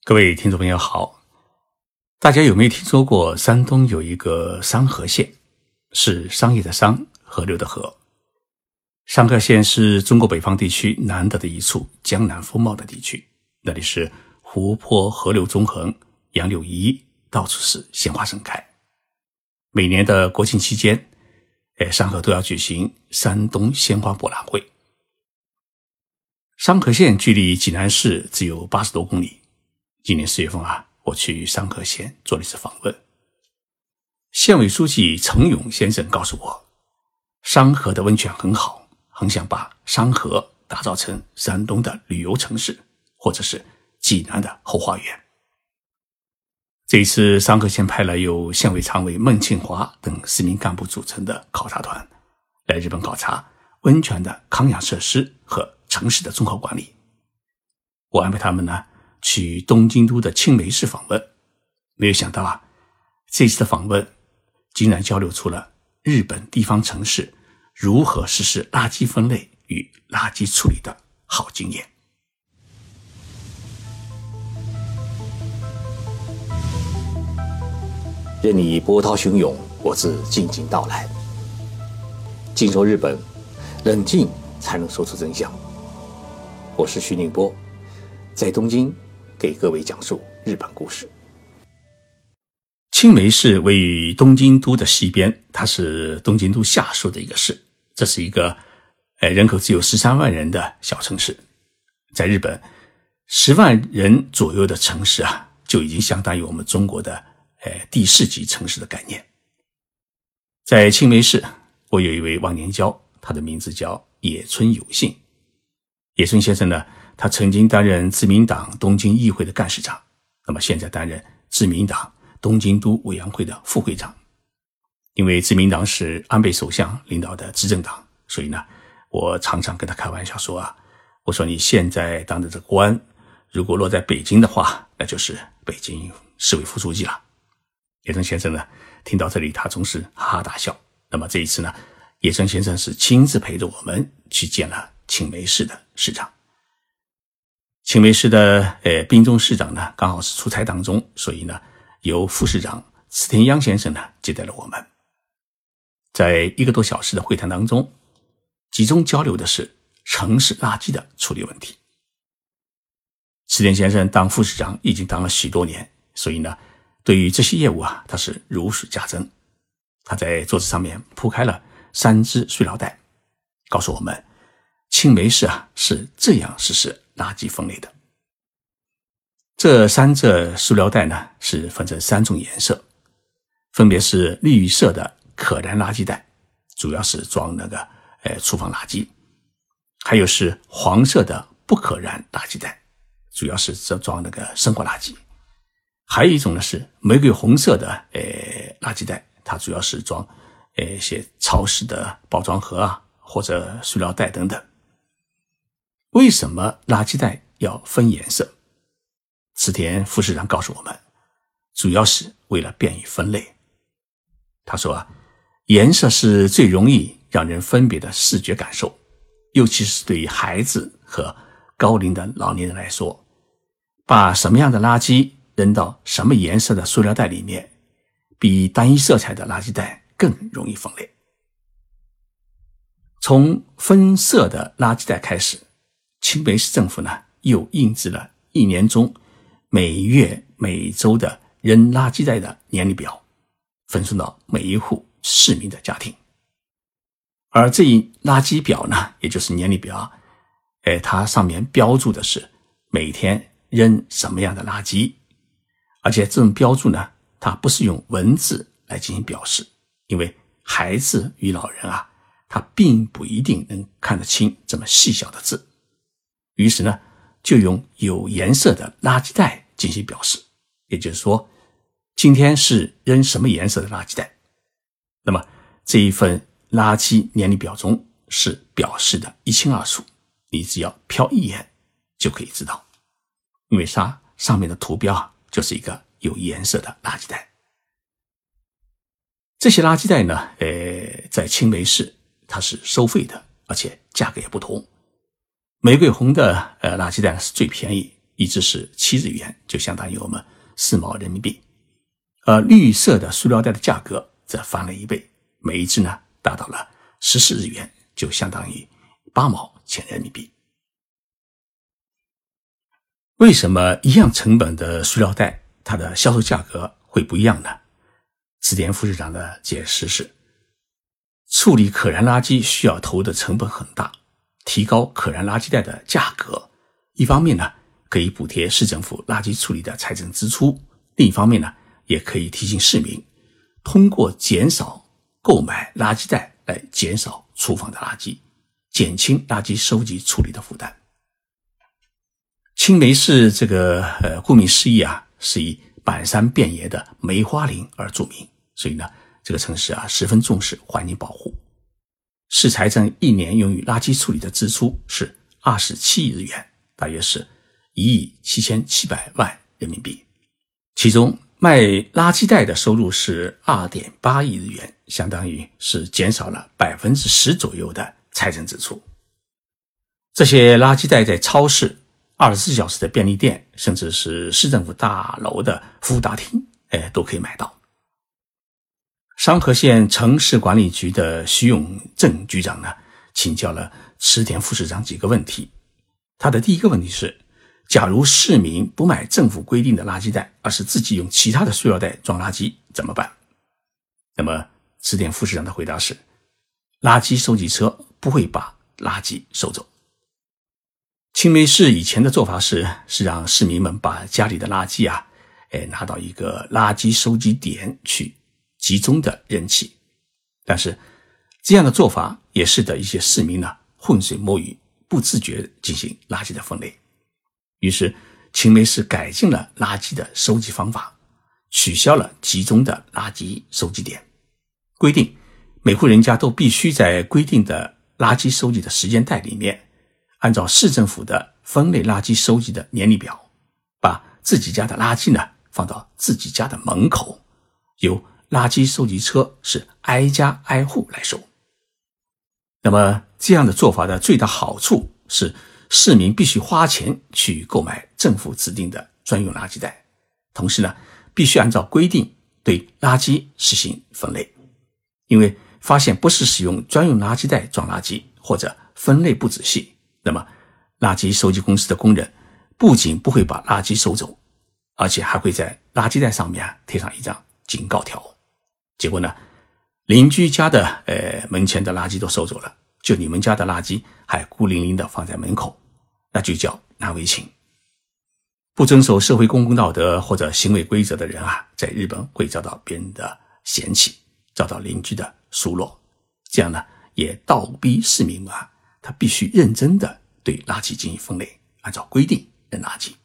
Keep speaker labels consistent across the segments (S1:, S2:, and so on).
S1: 各位听众朋友好，大家有没有听说过山东有一个商河县？是商业的商，河流的河。商河县是中国北方地区难得的一处江南风貌的地区，那里是湖泊河流纵横，杨柳依依，到处是鲜花盛开。每年的国庆期间，商河都要举行山东鲜花博览会。商河县距离济南市只有80多公里。今年4月份我去商河县做了一次访问。县委书记程勇先生告诉我，商河的温泉很好，很想把商河打造成山东的旅游城市，或者是济南的后花园。这一次商河县派了由县委常委孟庆华等4名干部组成的考察团来日本考察温泉的康养设施和城市的综合管理。我安排他们去东京都的青梅市访问，没有想到这次的访问竟然交流出了日本地方城市如何实施垃圾分类与垃圾处理的好经验。
S2: 任你波涛汹涌，我自静静到来。静说日本，冷静才能说出真相。我是徐宁波，在东京给各位讲述日本故事。
S1: 青梅市位于东京都的西边，它是东京都下属的一个市，这是一个人口只有13万人的小城市。在日本10万人左右的城市就已经相当于我们中国的第4级城市的概念。在青梅市，我有一位忘年交，他的名字叫野村有幸。野村先生他曾经担任自民党东京议会的干事长，那么现在担任自民党东京都委员会的副会长。因为自民党是安倍首相领导的执政党，所以我常常跟他开玩笑说我说你现在当的这个官，如果落在北京的话，那就是北京市委副书记了。野村先生听到这里，他总是哈哈大笑。那么这一次野村先生是亲自陪着我们去见了青梅市的市长。青梅市的滨中市长刚好是出差当中，所以由副市长池田央先生接待了我们。在1个多小时的会谈当中，集中交流的是城市垃圾的处理问题。池田先生当副市长已经当了许多年，所以对于这些业务他是如数家珍。他在桌子上面铺开了3只塑料袋，告诉我们青梅市是这样实施垃圾分类的。这3只塑料袋是分成3种颜色，分别是绿色的可燃垃圾袋，主要是装厨房垃圾；还有是黄色的不可燃垃圾袋，主要是装生活垃圾；还有一种是玫瑰红色的垃圾袋，它主要是装一些超市的包装盒或者塑料袋等等。为什么垃圾袋要分颜色？池田副市长告诉我们，主要是为了便于分类。他说颜色是最容易让人分别的视觉感受，尤其是对于孩子和高龄的老年人来说，把什么样的垃圾扔到什么颜色的塑料袋里面，比单一色彩的垃圾袋更容易分类。从分色的垃圾袋开始，青梅市政府又印制了1年中每月每周的扔垃圾袋的年历表，分送到每一户市民的家庭。而这一垃圾表也就是年历表它上面标注的是每天扔什么样的垃圾，而且这种标注它不是用文字来进行表示，因为孩子与老人他并不一定能看得清这么细小的字，于是就用有颜色的垃圾袋进行表示。也就是说，今天是扔什么颜色的垃圾袋，那么这一份垃圾年历表中是表示的一清二楚，你只要瞟一眼就可以知道，因为它上面的图标就是一个有颜色的垃圾袋。这些垃圾袋在青梅市它是收费的，而且价格也不同。玫瑰红的垃圾袋是最便宜， 一只是7日元，就相当于我们4毛人民币。而绿色的塑料袋的价格则翻了1倍，每一只呢达到了14日元，就相当于8毛钱人民币。为什么一样成本的塑料袋它的销售价格会不一样呢？词典副市长的解释是，处理可燃垃圾需要投的成本很大，提高可燃垃圾袋的价格，一方面呢可以补贴市政府垃圾处理的财政支出，另一方面呢也可以提醒市民通过减少购买垃圾袋来减少厨房的垃圾，减轻垃圾收集处理的负担。青梅市这个顾名思义啊，是以板山遍野的梅花林而著名，所以呢这个城市啊十分重视环境保护。市财政一年用于垃圾处理的支出是27亿日元，大约是1亿7700万人民币。其中卖垃圾袋的收入是 2.8 亿日元，相当于是减少了 10% 左右的财政支出。这些垃圾袋在超市、24小时的便利店，甚至是市政府大楼的服务大厅都可以买到。商河县城市管理局的徐永正局长呢，请教了池田副市长几个问题。他的第一个问题是，假如市民不买政府规定的垃圾袋，而是自己用其他的塑料袋装垃圾怎么办？那么池田副市长的回答是，垃圾收集车不会把垃圾收走。青梅市以前的做法是让市民们把家里的垃圾拿到一个垃圾收集点去集中的扔弃，但是这样的做法也使得一些市民呢浑水摸鱼，不自觉进行垃圾的分类。于是青梅市改进了垃圾的收集方法，取消了集中的垃圾收集点，规定每户人家都必须在规定的垃圾收集的时间带里面，按照市政府的分类垃圾收集的年历表，把自己家的垃圾呢放到自己家的门口，由垃圾收集车是挨家挨户来收。那么这样的做法的最大好处是，市民必须花钱去购买政府指定的专用垃圾袋，同时呢必须按照规定对垃圾实行分类。因为发现不是使用专用垃圾袋装垃圾，或者分类不仔细，那么垃圾收集公司的工人不仅不会把垃圾收走，而且还会在垃圾袋上面贴上一张警告条。结果呢，邻居家的门前的垃圾都收走了，就你们家的垃圾还孤零零的放在门口，那就叫难为情。不遵守社会公共道德或者行为规则的人在日本会遭到别人的嫌弃，遭到邻居的数落，这样呢也倒逼市民他必须认真的对垃圾进行分类，按照规定扔垃圾。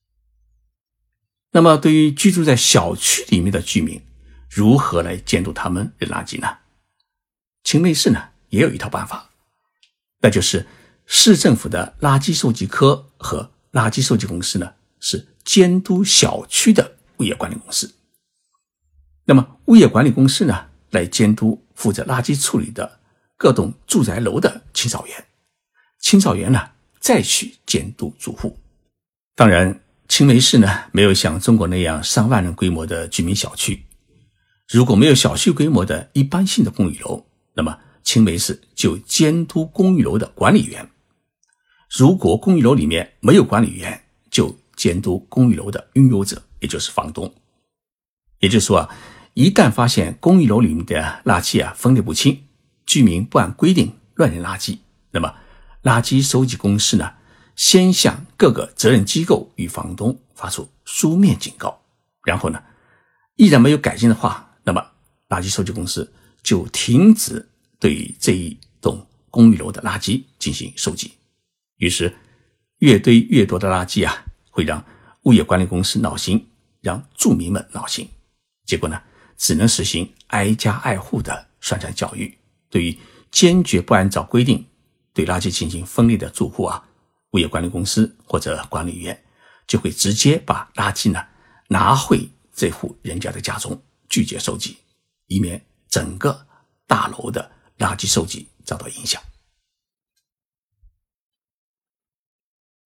S1: 那么对于居住在小区里面的居民，如何来监督他们扔垃圾呢？青梅市呢也有一套办法，那就是市政府的垃圾收集科和垃圾收集公司呢是监督小区的物业管理公司。那么物业管理公司呢来监督负责垃圾处理的各栋住宅楼的清扫员，清扫员呢再去监督住户。当然青梅市呢没有像中国那样上万人规模的居民小区，如果没有小区规模的一般性的公寓楼，那么青梅市就监督公寓楼的管理员，如果公寓楼里面没有管理员，就监督公寓楼的拥有者，也就是房东。也就是说一旦发现公寓楼里面的垃圾分类不清，居民不按规定乱扔垃圾，那么垃圾收集公司呢先向各个责任机构与房东发出书面警告，然后呢依然没有改进的话，那么垃圾收集公司就停止对这一栋公寓楼的垃圾进行收集。于是越堆越多的垃圾会让物业管理公司闹心，让住民们闹心，结果呢只能实行挨家挨户的宣传教育。对于坚决不按照规定对垃圾进行分类的住户物业管理公司或者管理员就会直接把垃圾呢拿回这户人家的家中，拒绝收集，以免整个大楼的垃圾收集遭到影响。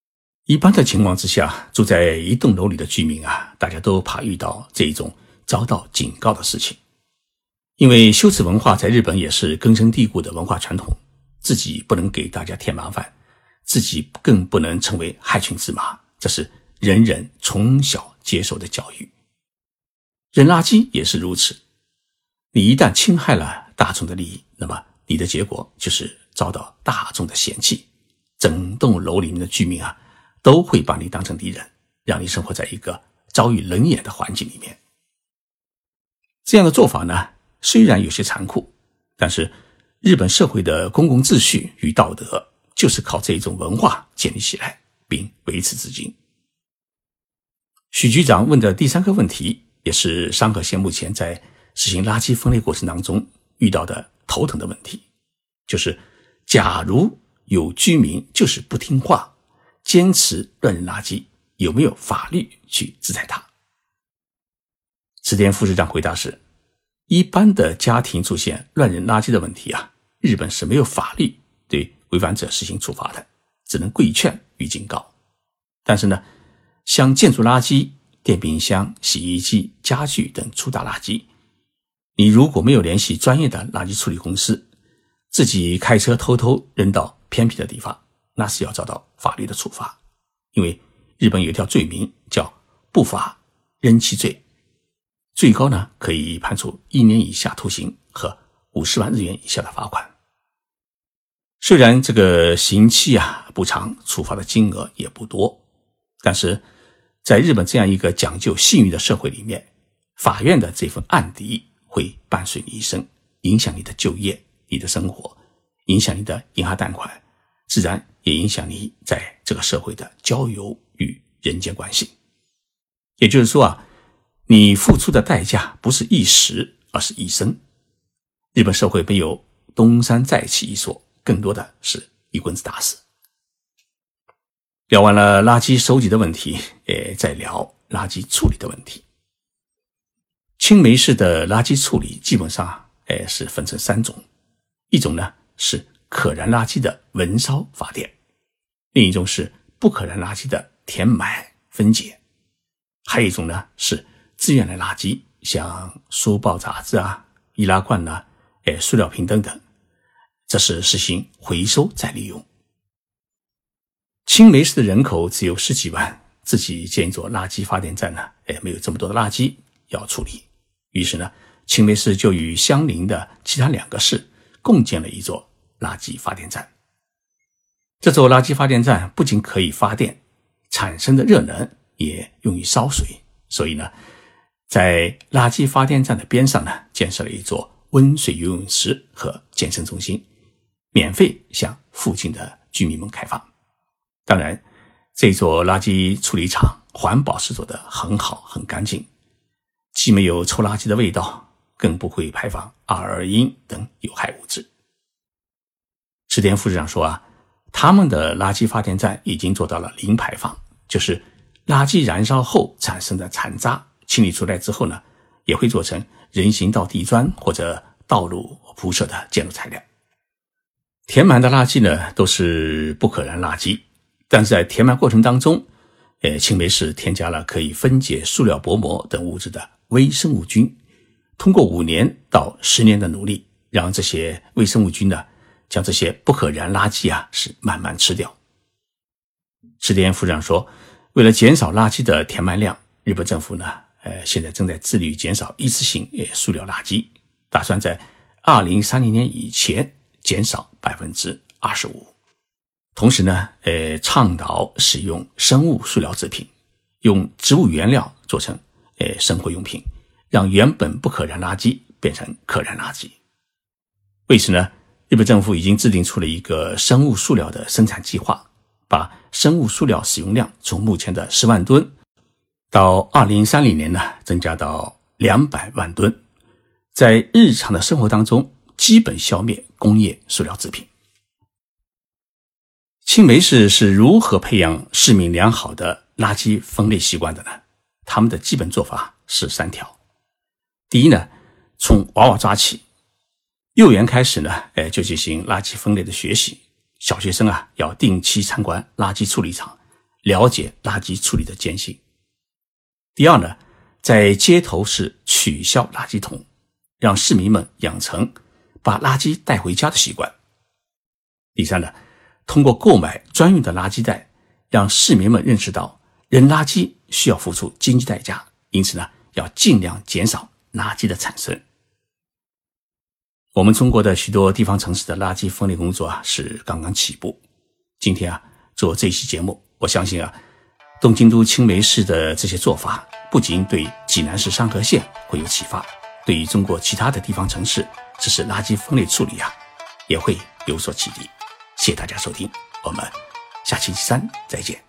S1: 一般的情况之下，住在一栋楼里的居民啊，大家都怕遇到这种遭到警告的事情。因为羞耻文化在日本也是根深蒂固的文化传统，自己不能给大家添麻烦，自己更不能成为害群之马，这是人人从小接受的教育。扔垃圾也是如此，你一旦侵害了大众的利益，那么你的结果就是遭到大众的嫌弃，整栋楼里面的居民啊，都会把你当成敌人，让你生活在一个遭遇冷眼的环境里面。这样的做法呢，虽然有些残酷，但是日本社会的公共秩序与道德就是靠这种文化建立起来并维持至今。许局长问的第3个问题，也是山口县目前在实行垃圾分类过程当中遇到的头疼的问题，就是假如有居民就是不听话，坚持乱扔垃圾，有没有法律去制裁他？池田副市长回答是，一般的家庭出现乱扔垃圾的问题啊，日本是没有法律对违反者实行处罚的，只能规劝与警告。但是呢，像建筑垃圾、电冰箱、洗衣机、家具等粗大垃圾，你如果没有联系专业的垃圾处理公司，自己开车偷偷扔到偏僻的地方，那是要遭到法律的处罚。因为日本有一条罪名叫不法扔弃罪，最高呢可以判处1年以下徒刑和50万日元以下的罚款。虽然这个刑期啊不长，处罚的金额也不多，但是在日本这样一个讲究信誉的社会里面，法院的这份案底会伴随你一生，影响你的就业、你的生活，影响你的银行贷款，自然也影响你在这个社会的交友与人间关系。也就是说啊，你付出的代价不是一时，而是一生。日本社会没有东山再起一说，更多的是一棍子打死。聊完了垃圾收集的问题，再聊垃圾处理的问题。青梅市的垃圾处理基本上是分成3种，一种呢是可燃垃圾的焚烧发电，另一种是不可燃垃圾的填埋分解，还有一种呢是资源类垃圾，像书报杂志啊、易拉罐啊、塑料瓶等等，这是实行回收再利用。青梅市的人口只有10几万，自己建一座垃圾发电站呢，没有这么多的垃圾要处理。于是呢，青梅市就与相邻的其他2个市共建了一座垃圾发电站。这座垃圾发电站不仅可以发电，产生的热能也用于烧水，所以呢，在垃圾发电站的边上呢，建设了一座温水游泳池和健身中心，免费向附近的居民们开放。当然，这座垃圾处理厂环保是做得很好很干净，既没有臭垃圾的味道，更不会排放2,2英等有害物质。池田副市长说啊，他们的垃圾发电站已经做到了零排放，就是垃圾燃烧后产生的残渣清理出来之后呢，也会做成人行道地砖或者道路铺设的建筑材料。填满的垃圾呢都是不可燃垃圾，但是在填埋过程当中，青梅市添加了可以分解塑料薄膜等物质的微生物菌，通过5年到10年的努力，让这些微生物菌呢将这些不可燃垃圾啊是慢慢吃掉。池田副市长说，为了减少垃圾的填埋量，日本政府呢现在正在致力于减少一次性塑料垃圾，打算在2030年以前减少 25%。同时呢倡导使用生物塑料制品，用植物原料做成生活用品，让原本不可燃垃圾变成可燃垃圾。为此呢，日本政府已经制定出了一个生物塑料的生产计划，把生物塑料使用量从目前的10万吨到2030年呢增加到200万吨，在日常的生活当中基本消灭工业塑料制品。青梅市是如何培养市民良好的垃圾分类习惯的呢？他们的基本做法是3条。第一呢，从娃娃抓起，幼儿园开始呢就进行垃圾分类的学习，小学生啊要定期参观垃圾处理厂， 了解垃圾处理的艰辛。第二呢，在街头是取消垃圾桶，让市民们养成把垃圾带回家的习惯。第三呢，通过购买专用的垃圾袋，让市民们认识到扔垃圾需要付出经济代价，因此呢，要尽量减少垃圾的产生。我们中国的许多地方城市的垃圾分类工作是刚刚起步。今天做这期节目，我相信东京都青梅市的这些做法不仅对济南市商河县会有启发，对于中国其他的地方城市实施垃圾分类处理也会有所启迪。谢谢大家收听，我们下期3再见。